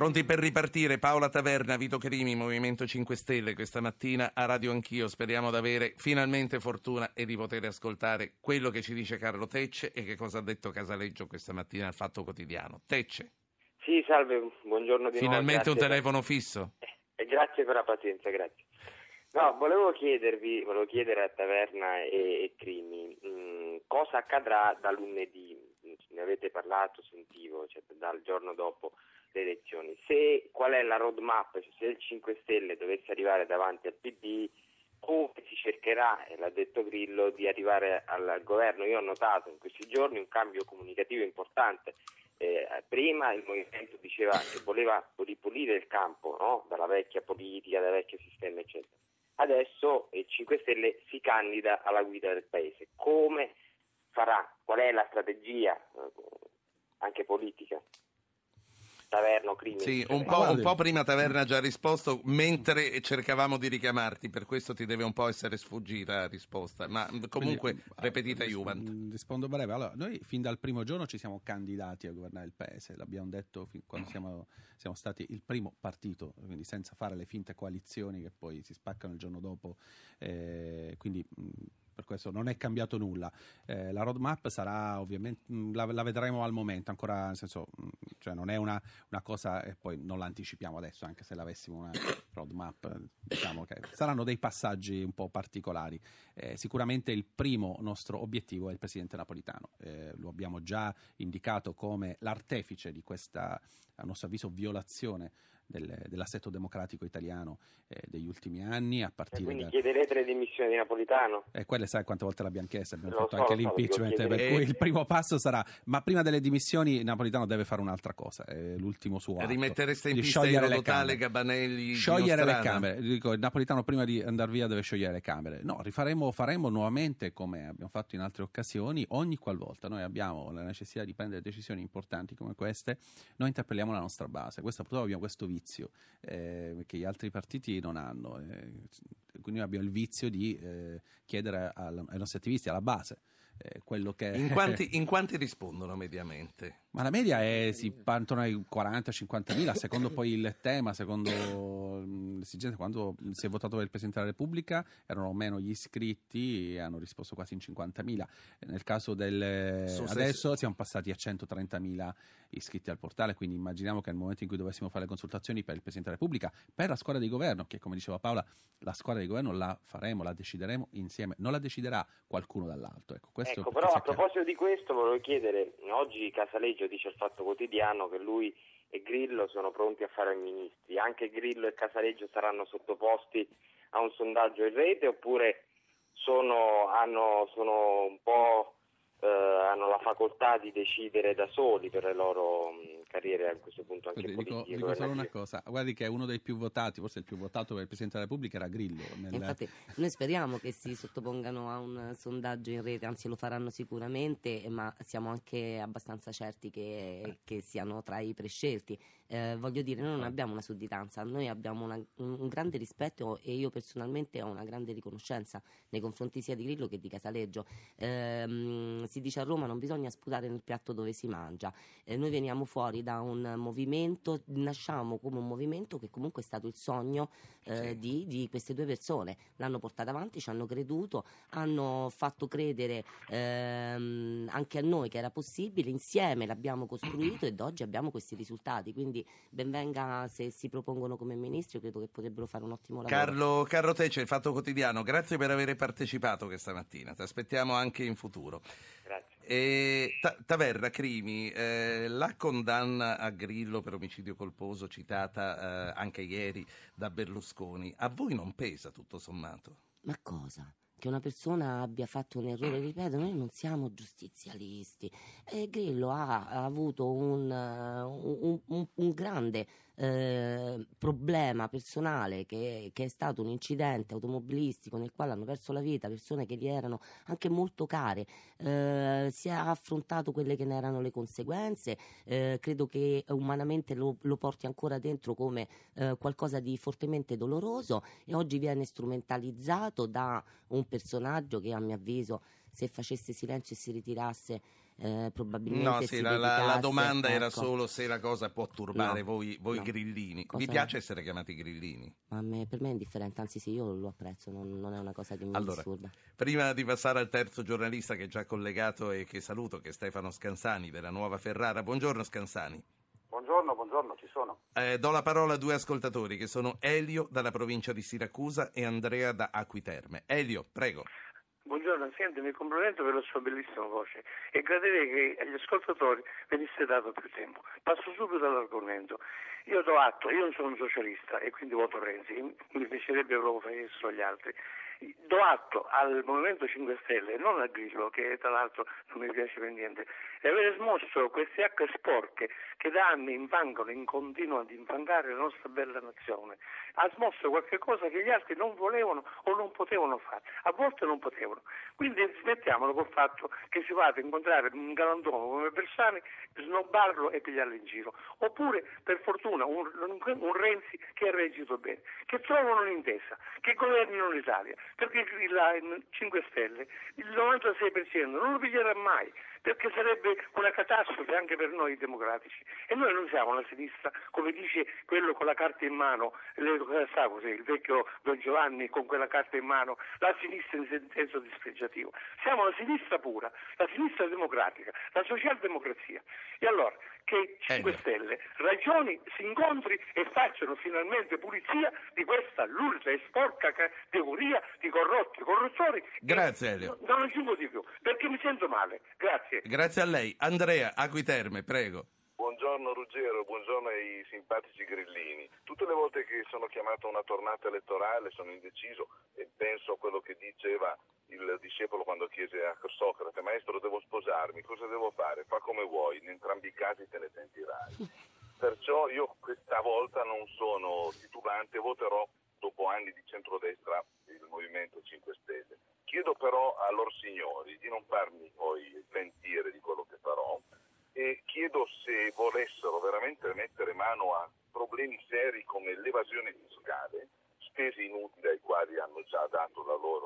Pronti per ripartire? Paola Taverna, Vito Crimi, Movimento 5 Stelle, questa mattina a Radio Anch'io. Speriamo di avere finalmente fortuna e di poter ascoltare quello che ci dice Carlo Tecce e che cosa ha detto Casaleggio questa mattina al Fatto Quotidiano. Tecce. Sì, salve, buongiorno di nuovo. Finalmente un telefono fisso. Grazie per la pazienza, grazie. No, volevo chiedere a Taverna e Crimi cosa accadrà da lunedì. Ne avete parlato, sentivo, cioè dal giorno dopo le elezioni. Qual è la roadmap? Cioè, se il 5 Stelle dovesse arrivare davanti al PD, come si cercherà, e l'ha detto Grillo, di arrivare al governo? Io ho notato in questi giorni un cambio comunicativo importante. Prima il movimento diceva che voleva ripulire il campo, no? Dalla vecchia politica, dal vecchio sistema, eccetera. Adesso il 5 Stelle si candida alla guida del paese. Come farà? Qual è la strategia anche politica? Taverna, Crimi. Sì, un po' prima Taverna ha già risposto mentre cercavamo di richiamarti, per questo ti deve un po' essere sfuggita la risposta, ma comunque ripetita Juventus. Rispondo breve. Allora, noi fin dal primo giorno ci siamo candidati a governare il paese, l'abbiamo detto quando siamo stati il primo partito, quindi senza fare le finte coalizioni che poi si spaccano il giorno dopo, quindi per questo non è cambiato nulla. La roadmap sarà ovviamente, la vedremo al momento, ancora, nel senso, cioè non è una cosa, e poi non la anticipiamo adesso, anche se l'avessimo una roadmap, diciamo che saranno dei passaggi un po' particolari. Sicuramente il primo nostro obiettivo è il presidente Napolitano, lo abbiamo già indicato come l'artefice di questa, a nostro avviso, violazione dell'assetto democratico italiano degli ultimi anni, a partire quindi chiederete le dimissioni di Napolitano? Quelle sai quante volte l'abbiamo chiesto, abbiamo fatto anche l'impeachment, per cui il primo passo sarà, ma prima delle dimissioni Napolitano deve fare un'altra cosa, l'ultimo suo atto, rimettereste in pista Rodotale, Gabanelli, sciogliere le Camere. Dico, il Napolitano prima di andare via deve sciogliere le Camere. No, faremo nuovamente, come abbiamo fatto in altre occasioni, ogni qualvolta noi abbiamo la necessità di prendere decisioni importanti come queste, noi interpelliamo la nostra base. Purtroppo abbiamo questo vizio che gli altri partiti non hanno, quindi abbiamo il vizio di chiedere ai nostri attivisti, alla base, quello che in quanti rispondono mediamente? Ma la media si partono ai 40-50 mila, secondo poi il tema, secondo l'esigenza. Quando si è votato per il Presidente della Repubblica erano meno gli iscritti e hanno risposto quasi in 50.000. Nel caso adesso siamo passati a 130.000 iscritti al portale, quindi immaginiamo che nel momento in cui dovessimo fare le consultazioni per il Presidente della Repubblica, per la squadra di governo, che come diceva Paola, la squadra di governo la faremo, la decideremo insieme, non la deciderà qualcuno dall'alto. Ecco, però a proposito di questo volevo chiedere, oggi Casaleggio dice il Fatto Quotidiano che lui e Grillo sono pronti a fare ministri. Anche Grillo e Casaleggio saranno sottoposti a un sondaggio in rete, oppure hanno la facoltà di decidere da soli per le loro carriere a questo punto anche politiche? Dico solo una cosa, guardi che uno dei più votati, forse il più votato per il Presidente della Repubblica era Grillo. Infatti noi speriamo che si sottopongano a un sondaggio in rete, anzi lo faranno sicuramente, ma siamo anche abbastanza certi che siano tra i prescelti. Voglio dire, noi non abbiamo una sudditanza, noi abbiamo un grande rispetto, e io personalmente ho una grande riconoscenza nei confronti sia di Grillo che di Casaleggio. Si dice a Roma: non bisogna sputare nel piatto dove si mangia. Noi veniamo fuori da un movimento, nasciamo come un movimento che comunque è stato il sogno di queste due persone. L'hanno portata avanti, ci hanno creduto, hanno fatto credere anche a noi che era possibile, insieme l'abbiamo costruito ed oggi abbiamo questi risultati, quindi ben venga se si propongono come ministri. Io credo che potrebbero fare un ottimo lavoro. Carlo Tecce, il Fatto Quotidiano, grazie per aver partecipato questa mattina, ti aspettiamo anche in futuro. Grazie. Taverna, Crimi, la condanna a Grillo per omicidio colposo citata anche ieri da Berlusconi, a voi non pesa tutto sommato? Ma cosa? Che una persona abbia fatto un errore, ripeto, noi non siamo giustizialisti. Grillo ha avuto un grande problema personale che è stato un incidente automobilistico nel quale hanno perso la vita persone che gli erano anche molto care. Si è affrontato quelle che ne erano le conseguenze. Credo che umanamente lo porti ancora dentro come qualcosa di fortemente doloroso, e oggi viene strumentalizzato da un personaggio che, a mio avviso, se facesse silenzio e si ritirasse probabilmente No, si sì, la dedicasse, domanda era ecco. solo se la cosa può turbare No, voi no. grillini. Vi Cosa- piace essere chiamati grillini? Ma per me è indifferente, anzi sì, io lo apprezzo, non è una cosa che mi Allora, disturba. prima di passare al terzo giornalista che è già collegato e che saluto, che è Stefano Scansani della Nuova Ferrara. Buongiorno Scansani. Buongiorno, ci sono. Do la parola a due ascoltatori che sono Elio dalla provincia di Siracusa e Andrea da Acquiterme. Elio, prego. Buongiorno, senti, mi complimento per la sua bellissima voce e gradirei che agli ascoltatori venisse dato più tempo. Passo subito all'argomento. Io do atto, io non sono un socialista e quindi voto Renzi, mi piacerebbe proprio facessero gli altri. Do atto al Movimento 5 Stelle, non a Grillo, che tra l'altro non mi piace per niente, di aver smosso queste acque sporche che da anni continuano ad infangare la nostra bella nazione. Ha smosso qualche cosa che gli altri non volevano o non potevano fare, a volte non potevano. Quindi smettiamolo col fatto che si vada a incontrare un galantuomo come Bersani, snobbarlo e pigliarlo in giro. Oppure, per fortuna, un Renzi che ha reagito bene, che trovano un'intesa, che governino l'Italia, perché il 5 Stelle il 96% non lo piglierà mai, perché sarebbe una catastrofe anche per noi democratici. E noi non siamo la sinistra, come dice quello con la carta in mano, sa cos'è, il vecchio Don Giovanni con quella carta in mano, la sinistra in senso dispregiativo. Siamo la sinistra pura, la sinistra democratica, la socialdemocrazia. E allora, che 5 Stelle ragioni, si incontri e facciano finalmente pulizia di questa lurida e sporca categoria di corrotti e corruttori. Grazie Elio. Non aggiungo di più, perché mi sento male. Grazie. Grazie a lei. Andrea, Acquiterme, prego. Buongiorno Ruggero, buongiorno ai simpatici grillini. Tutte le volte che sono chiamato a una tornata elettorale sono indeciso e penso a quello che diceva il discepolo quando chiese a Socrate: maestro, devo sposarmi, cosa devo fare? Fa come vuoi, in entrambi i casi te ne pentirai. Perciò io questa volta non sono titubante, voterò dopo anni di centrodestra il Movimento 5 Stelle. Chiedo però a loro signori di non farmi poi pentire di quello che farò e chiedo se volessero veramente mettere mano a problemi seri come l'evasione fiscale, spese inutili ai quali hanno già dato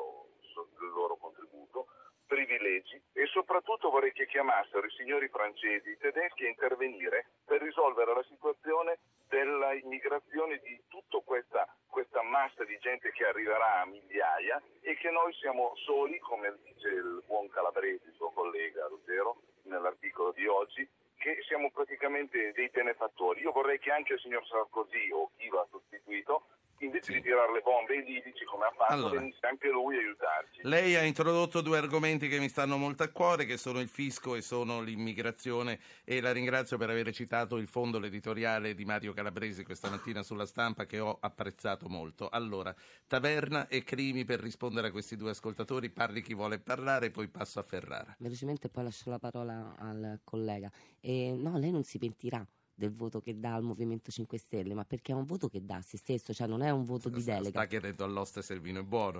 il loro contributo, privilegi, e soprattutto vorrei che chiamassero i signori francesi, i tedeschi a intervenire per risolvere la situazione della immigrazione di tutta questa massa di gente che arriverà a migliaia e che noi siamo soli, come dice il buon Calabresi, il suo collega Ruggero, nell'articolo di oggi, che siamo praticamente dei benefattori. Io vorrei che anche il signor Sarkozy o chi lo ha sostituito, invece di tirare le bombe ai libici come ha fatto, venisse anche lui a aiutarci. Lei ha introdotto due argomenti che mi stanno molto a cuore, che sono il fisco e sono l'immigrazione, e la ringrazio per aver citato il fondo editoriale di Mario Calabresi questa mattina sulla Stampa, che ho apprezzato molto. Allora, Taverna e Crimi per rispondere a questi due ascoltatori. Parli chi vuole parlare, poi passo a Ferrara. Velocemente poi lascio la parola al collega. No, lei non si pentirà del voto che dà al Movimento 5 Stelle, ma perché è un voto che dà a se stesso, cioè non è un voto di delega. Sta chiedendo all'oste se il vino è buono,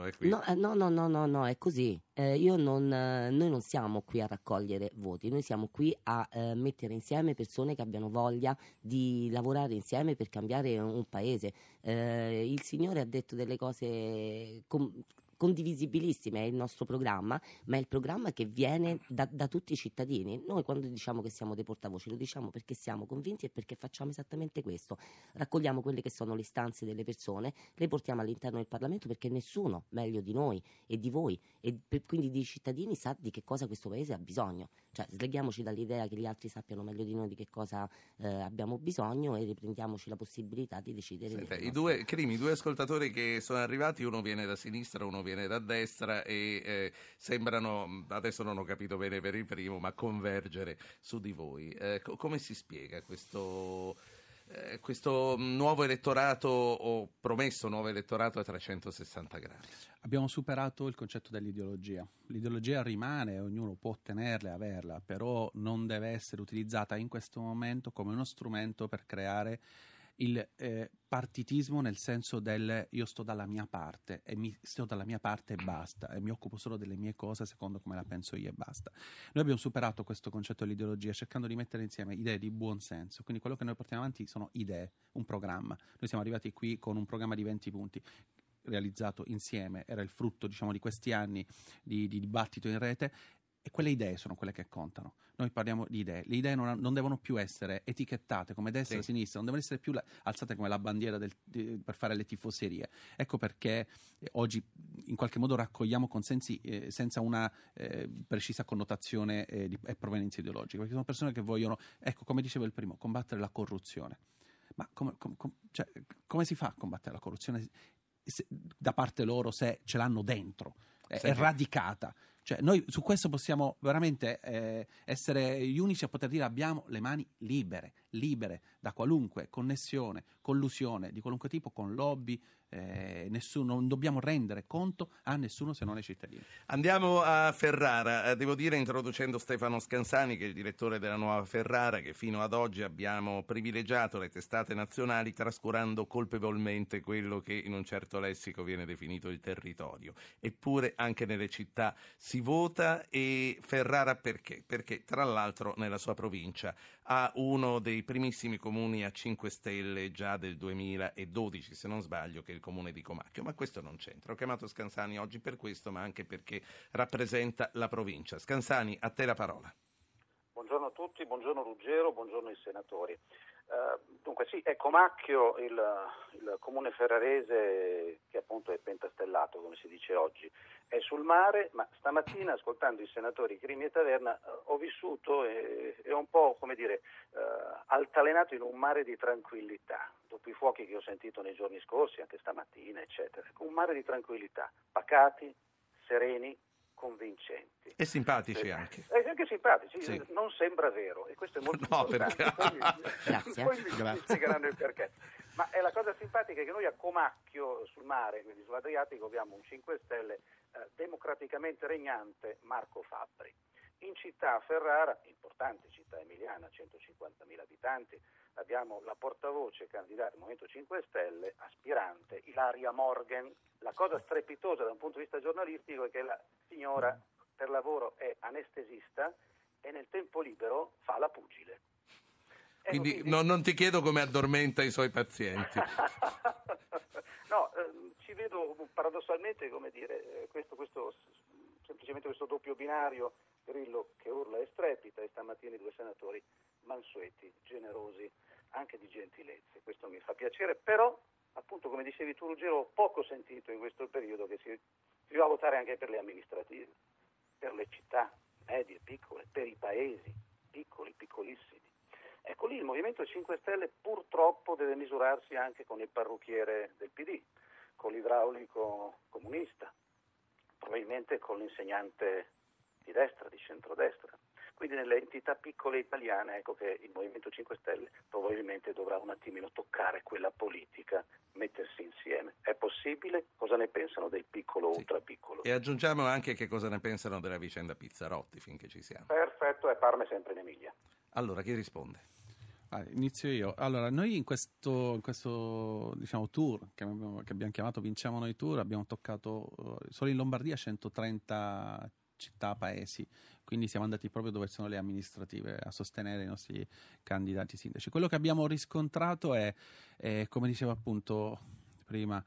No, è così. Noi non siamo qui a raccogliere voti, noi siamo qui a mettere insieme persone che abbiano voglia di lavorare insieme per cambiare un paese. Il Signore ha detto delle cose condivisibilissime, è il nostro programma, ma è il programma che viene da tutti i cittadini. Noi quando diciamo che siamo dei portavoci lo diciamo perché siamo convinti e perché facciamo esattamente questo: raccogliamo quelle che sono le istanze delle persone, le portiamo all'interno del Parlamento, perché nessuno meglio di noi e di voi e quindi dei cittadini sa di che cosa questo paese ha bisogno. Cioè, sleghiamoci dall'idea che gli altri sappiano meglio di noi di che cosa abbiamo bisogno e riprendiamoci la possibilità di decidere. Senta, i due ascoltatori che sono arrivati, uno viene da sinistra, uno viene da destra e sembrano, adesso non ho capito bene per il primo, ma convergere su di voi. Come si spiega questo nuovo elettorato, o promesso nuovo elettorato a 360 gradi? Abbiamo superato il concetto dell'ideologia. L'ideologia rimane, ognuno può ottenerla e averla, però non deve essere utilizzata in questo momento come uno strumento per creare il partitismo, nel senso del io sto dalla mia parte sto dalla mia parte e basta, e mi occupo solo delle mie cose secondo come la penso io e basta. Noi abbiamo superato questo concetto dell'ideologia cercando di mettere insieme idee di buon senso, quindi quello che noi portiamo avanti sono idee, un programma. Noi siamo arrivati qui con un programma di 20 punti realizzato insieme, era il frutto, diciamo, di questi anni di dibattito in rete, e quelle idee sono quelle che contano. Noi parliamo di idee, le idee non devono più essere etichettate come destra e sinistra, non devono essere più alzate come la bandiera per fare le tifoserie. Ecco perché oggi in qualche modo raccogliamo consensi senza una precisa connotazione e provenienza ideologica, perché sono persone che vogliono, ecco, come dicevo il primo, combattere la corruzione. Ma come si fa a combattere la corruzione da parte loro se ce l'hanno dentro? È radicata. Cioè, noi su questo possiamo veramente essere gli unici a poter dire abbiamo le mani libere da qualunque connessione, collusione di qualunque tipo con lobby. Non dobbiamo rendere conto a nessuno se non ai cittadini. Andiamo a Ferrara, devo dire, introducendo Stefano Scansani, che è il direttore della Nuova Ferrara, che fino ad oggi abbiamo privilegiato le testate nazionali trascurando colpevolmente quello che in un certo lessico viene definito il territorio. Eppure anche nelle città si vota. E Ferrara perché? Perché tra l'altro nella sua provincia ha uno dei primissimi comuni a 5 stelle già del 2012, se non sbaglio, che è il comune di Comacchio, ma questo non c'entra. Ho chiamato Scansani oggi per questo, ma anche perché rappresenta la provincia. Scansani, a te la parola. Buongiorno a tutti, buongiorno Ruggero, buongiorno ai senatori. Dunque sì, è Comacchio il comune ferrarese che appunto è pentastellato, come si dice oggi. È sul mare, ma stamattina ascoltando i senatori Crimi e Taverna ho vissuto e un po', come dire, altalenато in un mare di tranquillità, dopo i fuochi che ho sentito nei giorni scorsi, anche stamattina, eccetera. Un mare di tranquillità, pacati, sereni, convincenti. E simpatici anche. Anche simpatici, sì. Non sembra vero, e questo è molto importante. Grazie. Poi mi spiegheranno il perché. Ma è la cosa simpatica che noi a Comacchio, sul mare, quindi sull'Adriatico, abbiamo un 5 Stelle democraticamente regnante, Marco Fabbri. In città Ferrara, importante città emiliana, 150.000 abitanti, abbiamo la portavoce candidata al Movimento 5 Stelle, aspirante, Ilaria Morgan. La cosa strepitosa da un punto di vista giornalistico è che la signora per lavoro è anestesista e nel tempo libero fa la pugile. Quindi non ti chiedo come addormenta i suoi pazienti. No, ci vedo paradossalmente, come dire, semplicemente questo doppio binario, Grillo che urla e strepita, e stamattina i due senatori mansueti, generosi, anche di gentilezze. Questo mi fa piacere, però appunto, come dicevi tu Ruggero, ho poco sentito in questo periodo che si va a votare anche per le amministrative, per le città medie, piccole, per i paesi piccoli, piccolissimi. Ecco, lì il Movimento 5 Stelle purtroppo deve misurarsi anche con il parrucchiere del PD, con l'idraulico comunista, probabilmente con l'insegnante di destra, di centrodestra. Quindi nelle entità piccole italiane, ecco che il Movimento 5 Stelle probabilmente dovrà un attimino toccare quella politica, mettersi insieme. È possibile? Cosa ne pensano del piccolo ultrapiccolo? E aggiungiamo anche che cosa ne pensano della vicenda Pizzarotti, finché ci siamo. Perfetto, è Parma sempre in Emilia. Allora, chi risponde? Inizio io. Allora, noi in questo diciamo tour che abbiamo chiamato Vinciamo Noi Tour abbiamo toccato solo in Lombardia 130 città, paesi, quindi siamo andati proprio dove sono le amministrative a sostenere i nostri candidati sindaci. Quello che abbiamo riscontrato è come dicevo appunto prima,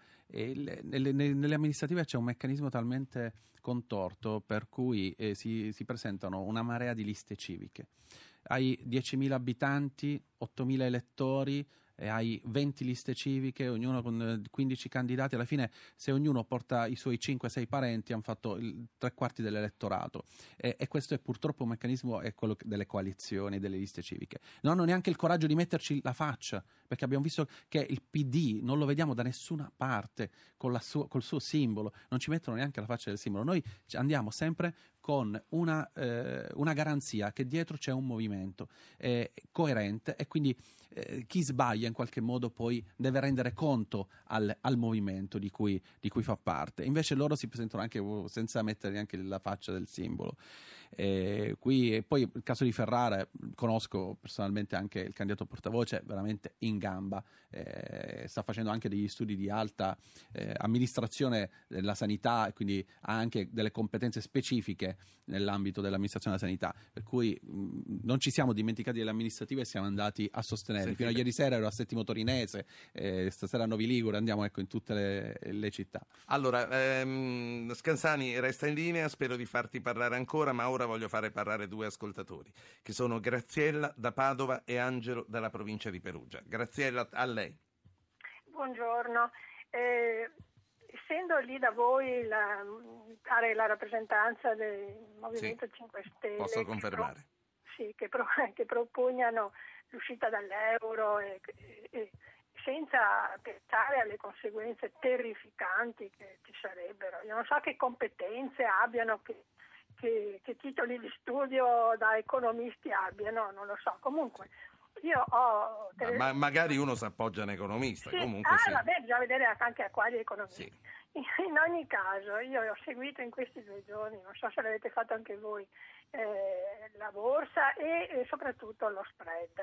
nelle amministrative c'è un meccanismo talmente contorto per cui si presentano una marea di liste civiche. Hai 10.000 abitanti, 8.000 elettori, e hai 20 liste civiche, ognuno con 15 candidati. Alla fine, se ognuno porta i suoi 5-6 parenti, hanno fatto 3/4 dell'elettorato. E questo è purtroppo un meccanismo, è quello delle coalizioni, delle liste civiche. Non hanno neanche il coraggio di metterci la faccia, perché abbiamo visto che il PD non lo vediamo da nessuna parte col suo simbolo, non ci mettono neanche la faccia del simbolo. Noi andiamo sempre con una garanzia che dietro c'è un movimento coerente, e quindi chi sbaglia in qualche modo poi deve rendere conto al movimento di cui fa parte. Invece loro si presentano anche senza mettere neanche la faccia del simbolo. E poi il caso di Ferrara, conosco personalmente anche il candidato portavoce, veramente in gamba, sta facendo anche degli studi di alta amministrazione della sanità, e quindi ha anche delle competenze specifiche anche nell'ambito dell'amministrazione della sanità, per cui non ci siamo dimenticati delle amministrative e siamo andati a sostenere. Fino a ieri sera ero a Settimo Torinese, stasera a Novi Ligure, andiamo in tutte le città. Allora, Scansani resta in linea, spero di farti parlare ancora, ma ora voglio fare parlare due ascoltatori, che sono Graziella da Padova e Angelo dalla provincia di Perugia. Graziella, a lei. Buongiorno. Essendo lì da voi fare la rappresentanza del Movimento 5 Stelle, posso confermare. Che propugnano l'uscita dall'euro e senza pensare alle conseguenze terrificanti che ci sarebbero. Io non so che competenze abbiano, che titoli di studio da economisti abbiano, non lo so. Comunque io ho... Ma magari uno si appoggia a un economista, sì. comunque sì. Vabbè, bisogna vedere anche a quali economisti. Sì. In ogni caso, io ho seguito in questi 2 giorni, non so se l'avete fatto anche voi, la borsa e soprattutto lo spread.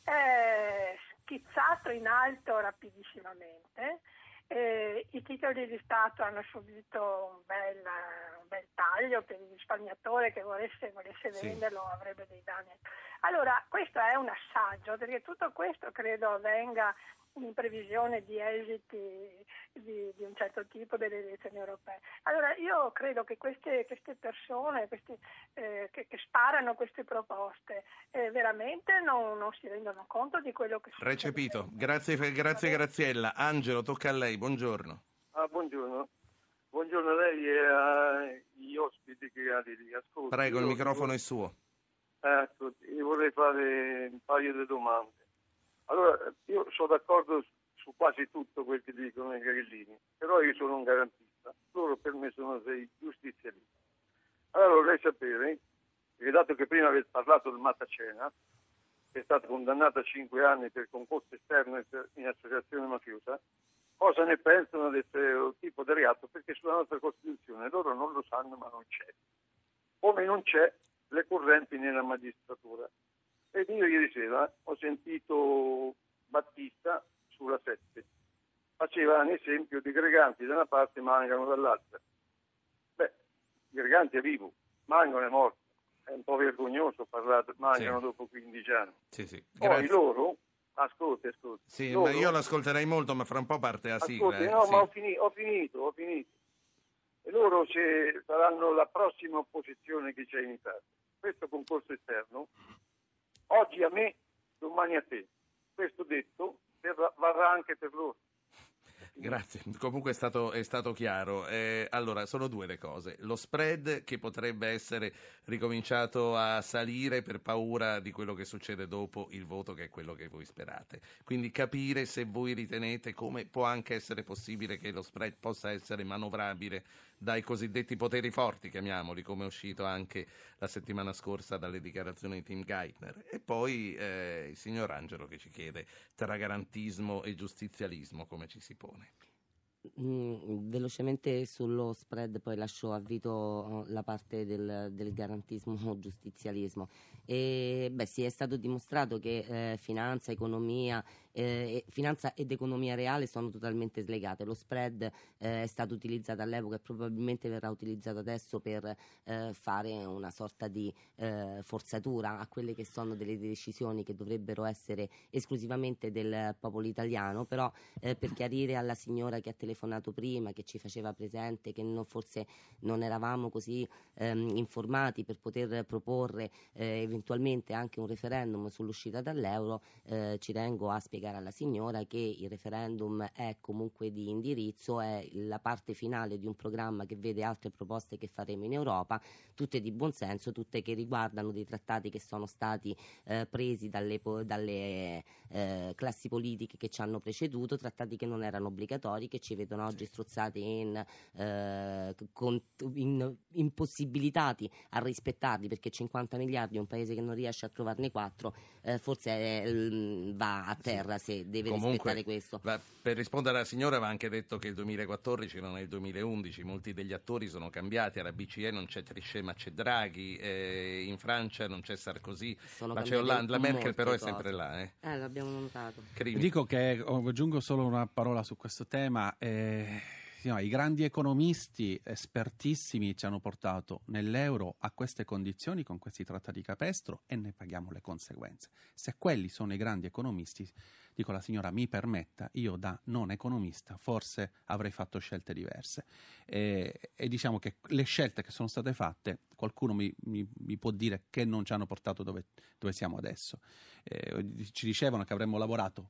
Schizzato in alto rapidissimamente, i titoli di Stato hanno subito un bel taglio per il risparmiatore che volesse venderlo, avrebbe dei danni. Allora, questo è un assaggio, perché tutto questo credo avvenga in previsione di esiti di un certo tipo delle elezioni europee. Allora io credo che queste persone che sparano queste proposte veramente non si rendono conto di quello che succede. Recepito. Grazie Graziella. Angelo, tocca a lei, buongiorno. Buongiorno a lei e agli ospiti che ascoltano. Prego, il microfono è suo. Io vorrei fare un paio di domande. Allora, io sono d'accordo su quasi tutto quel che dicono i grillini, però io sono un garantista, loro per me sono dei giustizialisti. Allora vorrei sapere, perché dato che prima avete parlato del Matacena, che è stato condannato a 5 anni per concorso esterno in associazione mafiosa, cosa ne pensano del tipo di reato, perché sulla nostra Costituzione loro non lo sanno ma non c'è. Come non c'è le correnti nella magistratura. Ed io ieri sera ho sentito Battista sulla 7, faceva un esempio di Greganti da una parte e Mangano dall'altra. Greganti è vivo, Mangano è morto, è un po' vergognoso parlare di Mangano dopo 15 anni. Sì. Poi loro, ascolti. Sì, loro, ma io l'ascolterei molto, ma fra un po' parte la sigla. Ma ho finito. E loro saranno la prossima opposizione che c'è in Italia. Questo concorso esterno oggi a me, domani a te. Questo detto varrà anche per loro. Grazie, comunque è stato chiaro. Allora, sono due le cose. Lo spread che potrebbe essere ricominciato a salire per paura di quello che succede dopo il voto, che è quello che voi sperate. Quindi capire se voi ritenete come può anche essere possibile che lo spread possa essere manovrabile dai cosiddetti poteri forti, chiamiamoli, come è uscito anche la settimana scorsa dalle dichiarazioni di Tim Geithner. E poi il signor Angelo che ci chiede tra garantismo e giustizialismo come ci si pone. Velocemente sullo spread, poi lascio a Vito la parte del garantismo o giustizialismo. Sì, è stato dimostrato che finanza ed economia reale sono totalmente slegate. Lo spread è stato utilizzato all'epoca e probabilmente verrà utilizzato adesso per fare una sorta di forzatura a quelle che sono delle decisioni che dovrebbero essere esclusivamente del popolo italiano. Però per chiarire alla signora che ha telefonato prima, che ci faceva presente che forse non eravamo così informati per poter proporre eventualmente anche un referendum sull'uscita dall'euro, ci tengo a spiegare alla signora che il referendum è comunque di indirizzo, è la parte finale di un programma che vede altre proposte che faremo in Europa, tutte di buon senso, tutte che riguardano dei trattati che sono stati presi dalle classi politiche che ci hanno preceduto, trattati che non erano obbligatori, che ci vedono oggi strozzati impossibilitati a rispettarli, perché 50 miliardi un paese che non riesce a trovarne 4 forse va a terra se deve rispettare questo. Per rispondere alla signora va anche detto che il 2014 non è il 2011, molti degli attori sono cambiati, alla BCE non c'è Trichet ma c'è Draghi, in Francia non c'è Sarkozy ma c'è Hollande, la Merkel però è sempre là. L'abbiamo notato. Dico che aggiungo solo una parola su questo tema. I grandi economisti espertissimi ci hanno portato nell'euro a queste condizioni con questi trattati capestro e ne paghiamo le conseguenze. Se quelli sono i grandi economisti, dico la signora mi permetta, io da non economista forse avrei fatto scelte diverse e diciamo che le scelte che sono state fatte qualcuno mi può dire che non ci hanno portato dove siamo adesso. Ci dicevano che avremmo lavorato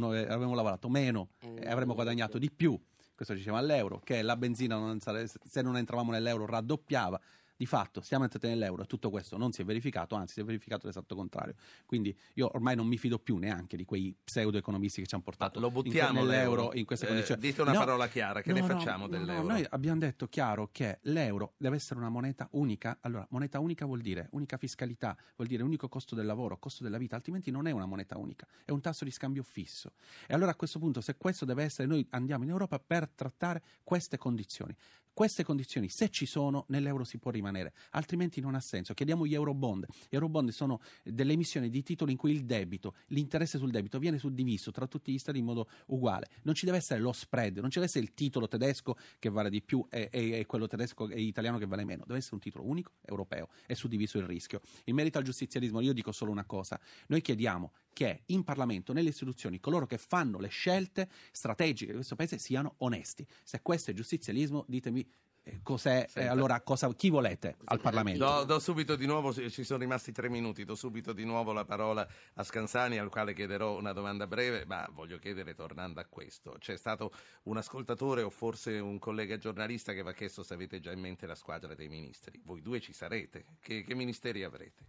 meno e avremmo guadagnato di più, questo diceva all'euro, che la benzina se non entravamo nell'euro raddoppiava. Di fatto siamo entrati nell'euro e tutto questo non si è verificato, anzi si è verificato l'esatto contrario. Quindi io ormai non mi fido più neanche di quei pseudo-economisti che ci hanno portato nell'euro in queste condizioni. Dite una parola chiara, che ne facciamo dell'euro? Noi abbiamo detto chiaro che l'euro deve essere una moneta unica. Allora, moneta unica vuol dire unica fiscalità, vuol dire unico costo del lavoro, costo della vita, altrimenti non è una moneta unica, è un tasso di scambio fisso. E allora a questo punto, se questo deve essere, noi andiamo in Europa per trattare queste condizioni. Queste condizioni, se ci sono, nell'euro si può rimanere, altrimenti non ha senso. Chiediamo gli eurobond. Gli eurobond sono delle emissioni di titoli in cui il debito, l'interesse sul debito viene suddiviso tra tutti gli stati in modo uguale. Non ci deve essere lo spread, non ci deve essere il titolo tedesco che vale di più e quello tedesco e italiano che vale meno. Deve essere un titolo unico, europeo, e suddiviso il rischio. In merito al giustizialismo io dico solo una cosa. Noi chiediamo che in Parlamento, nelle istituzioni, coloro che fanno le scelte strategiche di questo Paese siano onesti. Se questo è giustizialismo, ditemi cos'è, allora chi volete al Parlamento? Do subito di nuovo, ci sono rimasti 3 minuti, do subito di nuovo la parola a Scansani, al quale chiederò una domanda breve, ma voglio chiedere, tornando a questo, c'è stato un ascoltatore o forse un collega giornalista che vi ha chiesto se avete già in mente la squadra dei ministri. Voi due ci sarete? Che ministeri avrete?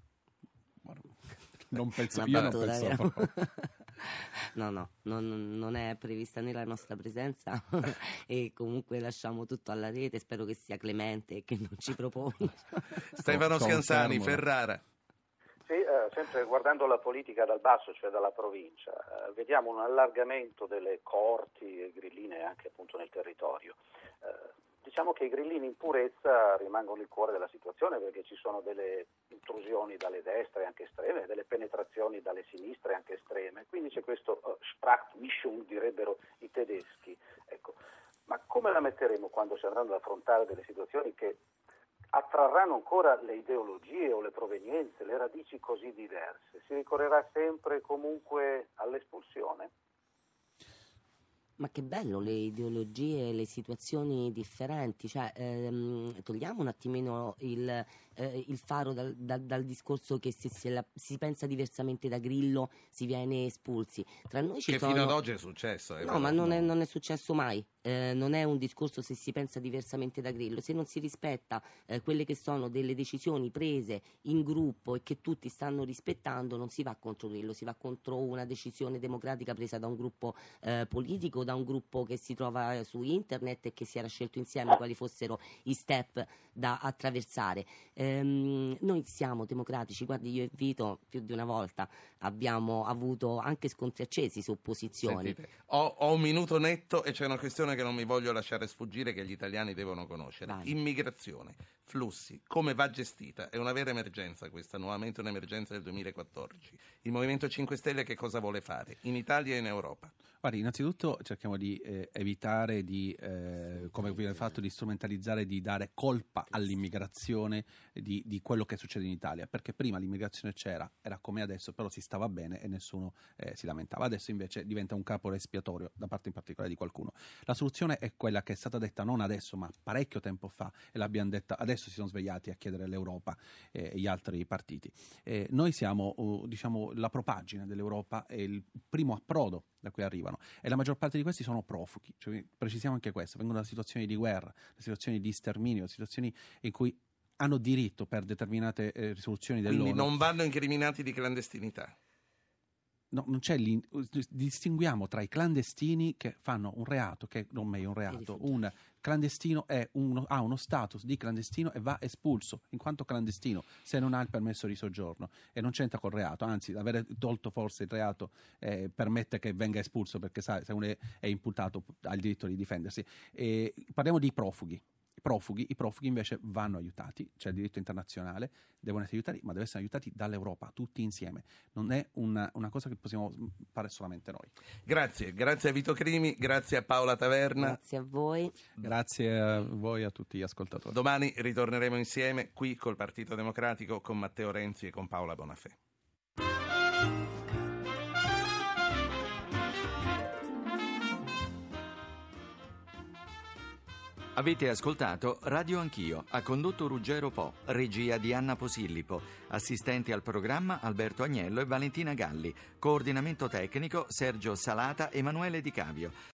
Non penso, io non penso. No, non è prevista né la nostra presenza e comunque lasciamo tutto alla rete, spero che sia clemente e che non ci proponga. Stefano Scansani, Ferrara. Sì, sempre guardando la politica dal basso, cioè dalla provincia, vediamo un allargamento delle coorti grilline anche appunto nel territorio. Diciamo che i grillini in purezza rimangono il cuore della situazione, perché ci sono delle intrusioni dalle destre anche estreme, delle penetrazioni dalle sinistre anche estreme, quindi c'è questo Sprachmischung, direbbero i tedeschi. Ecco. Ma come la metteremo quando si andranno ad affrontare delle situazioni che attrarranno ancora le ideologie o le provenienze, le radici così diverse? Si ricorrerà sempre comunque all'espulsione? Ma che bello le ideologie, le situazioni differenti, cioè togliamo un attimino il faro dal discorso che se si pensa diversamente da Grillo si viene espulsi. Tra noi ci sono... fino ad oggi è successo. No, ma non è successo mai. Non è un discorso se si pensa diversamente da Grillo, se non si rispetta quelle che sono delle decisioni prese in gruppo e che tutti stanno rispettando, non si va contro Grillo, si va contro una decisione democratica presa da un gruppo politico, da un gruppo che si trova su internet e che si era scelto insieme quali fossero i step da attraversare. Noi siamo democratici, guardi, io e Vito più di una volta abbiamo avuto anche scontri accesi su posizioni. Sentite, ho un minuto netto e c'è una questione che non mi voglio lasciare sfuggire, che gli italiani devono conoscere. Vai. Immigrazione, flussi, come va gestita? È una vera emergenza questa, nuovamente un'emergenza del 2014. Il Movimento 5 Stelle che cosa vuole fare in Italia e in Europa? Guardi, innanzitutto cerchiamo di evitare come viene fatto, di strumentalizzare, di dare colpa all'immigrazione di quello che succede in Italia, perché prima l'immigrazione era come adesso, però si stava bene e nessuno si lamentava. Adesso invece diventa un capro espiatorio da parte in particolare di qualcuno. La soluzione è quella che è stata detta non adesso ma parecchio tempo fa, e l'abbiamo detta adesso, si sono svegliati a chiedere all'Europa e gli altri partiti. Noi siamo la propagine dell'Europa e il primo approdo da cui arrivano, e la maggior parte di questi sono profughi, cioè, precisiamo anche questo, vengono da situazioni di guerra, da situazioni di sterminio, da situazioni in cui hanno diritto per determinate risoluzioni dell'ONU. Quindi non vanno incriminati di clandestinità. No, non c'è distinguiamo tra i clandestini che fanno un reato, che non è un reato, un clandestino ha uno status di clandestino e va espulso in quanto clandestino se non ha il permesso di soggiorno, e non c'entra col reato, anzi avere tolto forse il reato permette che venga espulso, perché se uno è imputato ha il diritto di difendersi. Parliamo di profughi. profughi. I profughi invece vanno aiutati, c'è il diritto internazionale, devono essere aiutati, ma devono essere aiutati dall'Europa, tutti insieme. Non è una cosa che possiamo fare solamente noi. Grazie a Vito Crimi, grazie a Paola Taverna. Grazie a voi. Grazie a voi e a tutti gli ascoltatori. Domani ritorneremo insieme qui col Partito Democratico, con Matteo Renzi e con Paola Bonafè. Avete ascoltato Radio Anch'io, ha condotto Ruggero Po, regia di Anna Posillipo, assistenti al programma Alberto Agnello e Valentina Galli, coordinamento tecnico Sergio Salata e Emanuele Di Cavio.